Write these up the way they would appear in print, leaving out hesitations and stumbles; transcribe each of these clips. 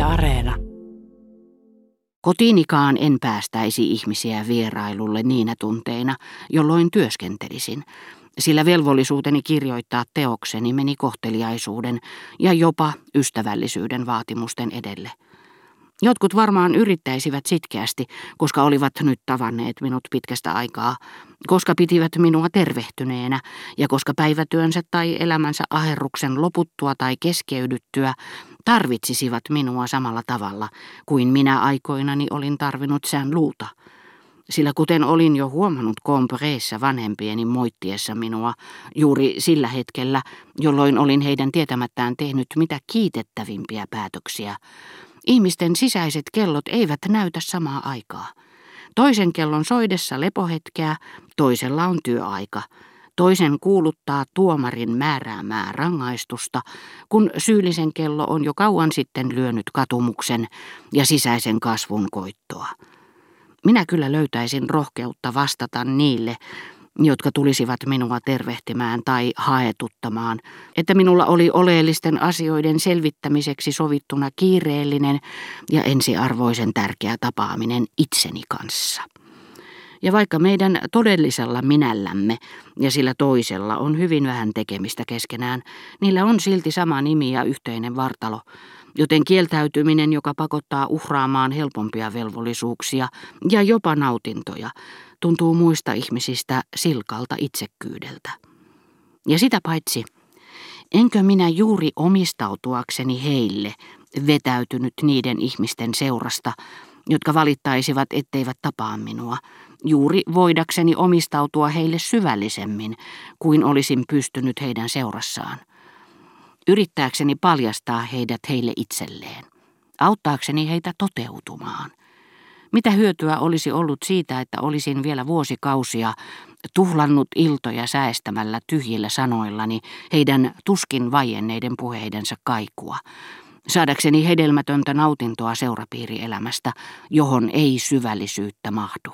Areena. Kotiinikaan en päästäisi ihmisiä vierailulle niinä tunteina, jolloin työskentelisin, sillä velvollisuuteni kirjoittaa teokseni meni kohteliaisuuden ja jopa ystävällisyyden vaatimusten edelle. Jotkut varmaan yrittäisivät sitkeästi, koska olivat nyt tavanneet minut pitkästä aikaa, koska pitivät minua tervehtyneenä ja koska päivätyönsä tai elämänsä aherruksen loputtua tai keskeydyttyä tarvitsisivat minua samalla tavalla kuin minä aikoinani olin tarvinnut Saint-Louta. Sillä kuten olin jo huomannut Combrayssa vanhempieni moittiessa minua juuri sillä hetkellä, jolloin olin heidän tietämättään tehnyt mitä kiitettävimpiä päätöksiä, ihmisten sisäiset kellot eivät näytä samaa aikaa. Toisen kellon soidessa lepohetkeä, toisella on työaika. Toisen kuuluttaa tuomarin määräämää rangaistusta, kun syyllisen kello on jo kauan sitten lyönyt katumuksen ja sisäisen kasvun koittoa. Minä kyllä löytäisin rohkeutta vastata niille, jotka tulisivat minua tervehtimään tai haetuttamaan, että minulla oli oleellisten asioiden selvittämiseksi sovittuna kiireellinen ja ensiarvoisen tärkeä tapaaminen itseni kanssa. Ja vaikka meidän todellisella minällämme ja sillä toisella on hyvin vähän tekemistä keskenään, niillä on silti sama nimi ja yhteinen vartalo, joten kieltäytyminen, joka pakottaa uhraamaan helpompia velvollisuuksia ja jopa nautintoja, tuntuu muista ihmisistä silkalta itsekkyydeltä. Ja sitä paitsi, enkö minä juuri omistautuakseni heille vetäytynyt niiden ihmisten seurasta, jotka valittaisivat, etteivät tapaa minua, juuri voidakseni omistautua heille syvällisemmin kuin olisin pystynyt heidän seurassaan. Yrittääkseni paljastaa heidät heille itselleen, auttaakseni heitä toteutumaan. Mitä hyötyä olisi ollut siitä, että olisin vielä vuosikausia tuhlannut iltoja säestämällä tyhjillä sanoillani heidän tuskin vaienneiden puheidensa kaikua, saadakseni hedelmätöntä nautintoa seurapiirielämästä, johon ei syvällisyyttä mahdu.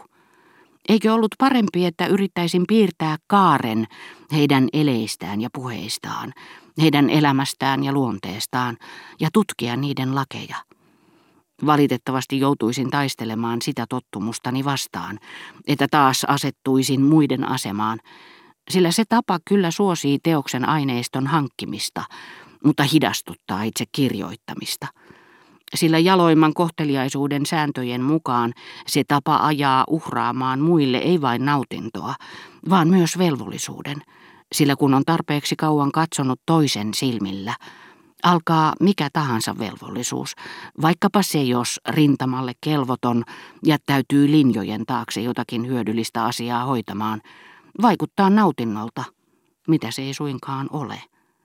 Eikö ollut parempi, että yrittäisin piirtää kaaren heidän eleistään ja puheistaan, heidän elämästään ja luonteestaan ja tutkia niiden lakeja? Valitettavasti joutuisin taistelemaan sitä tottumustani vastaan, että taas asettuisin muiden asemaan, sillä se tapa kyllä suosii teoksen aineiston hankkimista, mutta hidastuttaa itse kirjoittamista. Sillä jaloimman kohteliaisuuden sääntöjen mukaan se tapa ajaa uhraamaan muille ei vain nautintoa, vaan myös velvollisuuden, sillä kun on tarpeeksi kauan katsonut toisen silmillä, alkaa mikä tahansa velvollisuus, vaikkapa se, jos rintamalle kelvoton jättäytyy linjojen taakse jotakin hyödyllistä asiaa hoitamaan, vaikuttaa nautinnolta, mitä se ei suinkaan ole.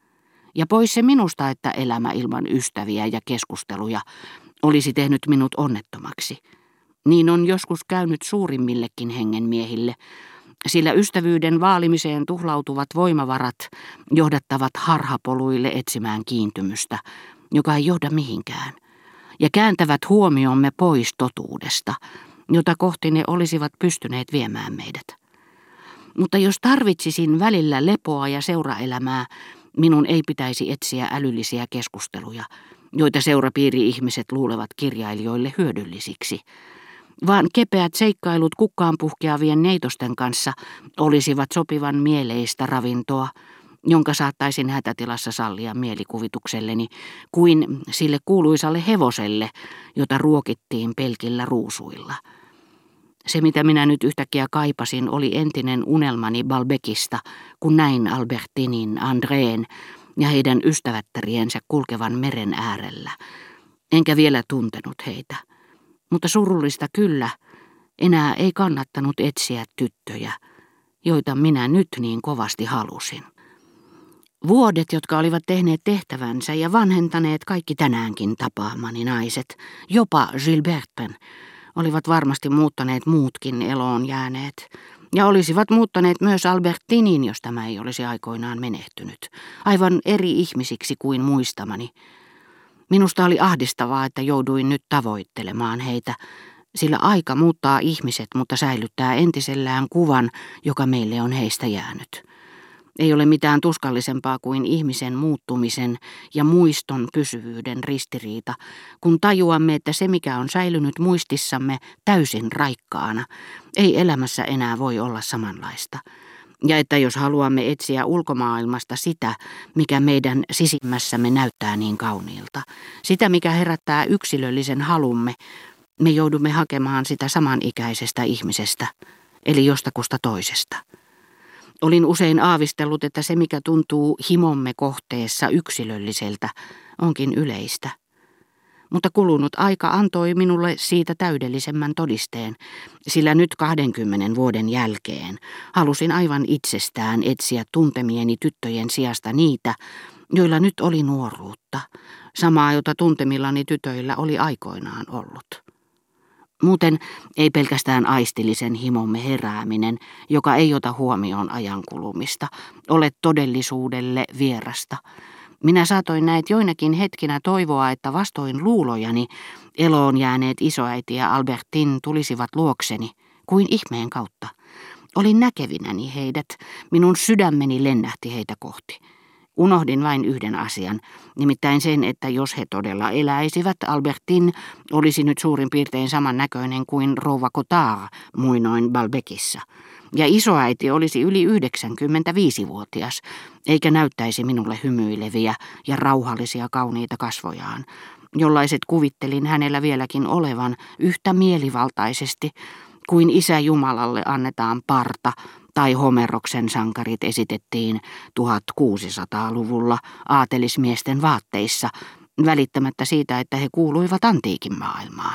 Ja pois se minusta, että elämä ilman ystäviä ja keskusteluja olisi tehnyt minut onnettomaksi. Niin on joskus käynyt suurimmillekin hengenmiehille, sillä ystävyyden vaalimiseen tuhlautuvat voimavarat johdattavat harhapoluille etsimään kiintymystä, joka ei johda mihinkään, ja kääntävät huomiomme pois totuudesta, jota kohti ne olisivat pystyneet viemään meidät. Mutta jos tarvitsisin välillä lepoa ja seuraelämää, minun ei pitäisi etsiä älyllisiä keskusteluja, joita seurapiiri-ihmiset luulevat kirjailijoille hyödyllisiksi, vaan kepeät seikkailut kukkaan puhkeavien neitosten kanssa olisivat sopivan mieleistä ravintoa, jonka saattaisin hätätilassa sallia mielikuvitukselleni, kuin sille kuuluisalle hevoselle, jota ruokittiin pelkillä ruusuilla. Se, mitä minä nyt yhtäkkiä kaipasin, oli entinen unelmani Balbecista, kun näin Albertinin, Andreen ja heidän ystävättäriensä kulkevan meren äärellä. Enkä vielä tuntenut heitä. Mutta surullista kyllä, enää ei kannattanut etsiä tyttöjä, joita minä nyt niin kovasti halusin. Vuodet, jotka olivat tehneet tehtävänsä ja vanhentaneet kaikki tänäänkin tapaamani naiset, jopa Gilberten, olivat varmasti muuttaneet muutkin eloon jääneet, ja olisivat muuttaneet myös Albertinin, jos tämä ei olisi aikoinaan menehtynyt, aivan eri ihmisiksi kuin muistamani. Minusta oli ahdistavaa, että jouduin nyt tavoittelemaan heitä, sillä aika muuttaa ihmiset, mutta säilyttää entisellään kuvan, joka meille on heistä jäänyt. Ei ole mitään tuskallisempaa kuin ihmisen muuttumisen ja muiston pysyvyyden ristiriita, kun tajuamme, että se mikä on säilynyt muistissamme täysin raikkaana, ei elämässä enää voi olla samanlaista. Ja että jos haluamme etsiä ulkomaailmasta sitä, mikä meidän sisimmässämme näyttää niin kauniilta, sitä mikä herättää yksilöllisen halumme, me joudumme hakemaan sitä samanikäisestä ihmisestä, eli jostakusta toisesta. Olin usein aavistellut, että se mikä tuntuu himomme kohteessa yksilölliseltä, onkin yleistä. Mutta kulunut aika antoi minulle siitä täydellisemmän todisteen, sillä nyt 20 vuoden jälkeen halusin aivan itsestään etsiä tuntemieni tyttöjen sijasta niitä, joilla nyt oli nuoruutta, samaa jota tuntemillani tytöillä oli aikoinaan ollut. Muuten ei pelkästään aistillisen himomme herääminen, joka ei ota huomioon ajankulumista, ole todellisuudelle vierasta. Minä saatoin näet joinakin hetkinä toivoa, että vastoin luulojani eloon jääneet isoäiti ja Albertine tulisivat luokseni, kuin ihmeen kautta. Olin näkevinäni heidät, minun sydämeni lennähti heitä kohti. Unohdin vain yhden asian, nimittäin sen, että jos he todella eläisivät, Albertine olisi nyt suurin piirtein samannäköinen kuin rouva Cotard muinoin Balbekissa. Ja isoäiti olisi yli 95-vuotias, eikä näyttäisi minulle hymyileviä ja rauhallisia kauniita kasvojaan, jollaiset kuvittelin hänellä vieläkin olevan yhtä mielivaltaisesti kuin Isä Jumalalle annetaan parta tai Homeroksen sankarit esitettiin 1600-luvulla aatelismiesten vaatteissa, välittämättä siitä, että he kuuluivat antiikin maailmaan.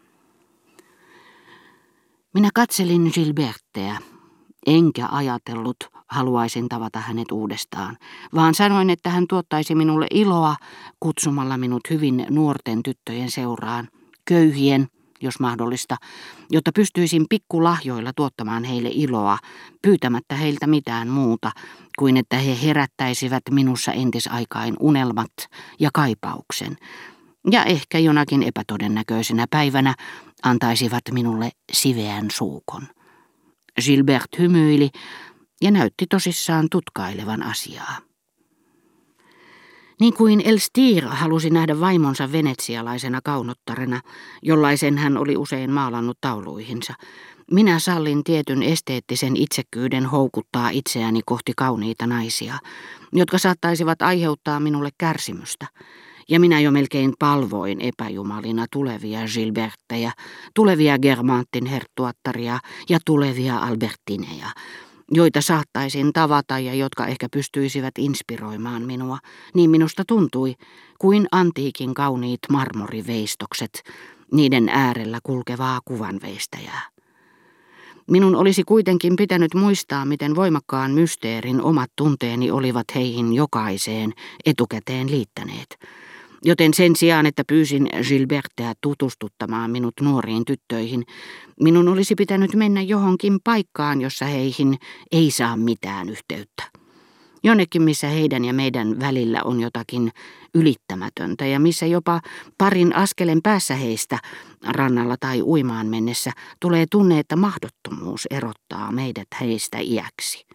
Minä katselin Gilbertteä, enkä ajatellut, haluaisin tavata hänet uudestaan, vaan sanoin, että hän tuottaisi minulle iloa kutsumalla minut hyvin nuorten tyttöjen seuraan, köyhien, jos mahdollista, jotta pystyisin pikkulahjoilla tuottamaan heille iloa, pyytämättä heiltä mitään muuta kuin että he herättäisivät minussa entisaikain unelmat ja kaipauksen, ja ehkä jonakin epätodennäköisenä päivänä antaisivat minulle siveän suukon. Gilbert hymyili ja näytti tosissaan tutkailevan asiaa. Niin kuin Elstir halusi nähdä vaimonsa venetsialaisena kaunottarena, jollaisen hän oli usein maalannut tauluihinsa, minä sallin tietyn esteettisen itsekkyyden houkuttaa itseäni kohti kauniita naisia, jotka saattaisivat aiheuttaa minulle kärsimystä. Ja minä jo melkein palvoin epäjumalina tulevia Gilberttejä, tulevia Germantin herttuattaria ja tulevia Albertineja, joita saattaisin tavata ja jotka ehkä pystyisivät inspiroimaan minua, niin minusta tuntui, kuin antiikin kauniit marmoriveistokset, niiden äärellä kulkevaa kuvanveistäjää. Minun olisi kuitenkin pitänyt muistaa, miten voimakkaan mysteerin omat tunteeni olivat heihin jokaiseen etukäteen liittäneet. Joten sen sijaan, että pyysin Gilbertteä tutustuttamaan minut nuoriin tyttöihin, minun olisi pitänyt mennä johonkin paikkaan, jossa heihin ei saa mitään yhteyttä. Jonnekin, missä heidän ja meidän välillä on jotakin ylittämätöntä ja missä jopa parin askelen päässä heistä, rannalla tai uimaan mennessä, tulee tunne, että mahdottomuus erottaa meidät heistä iäksi.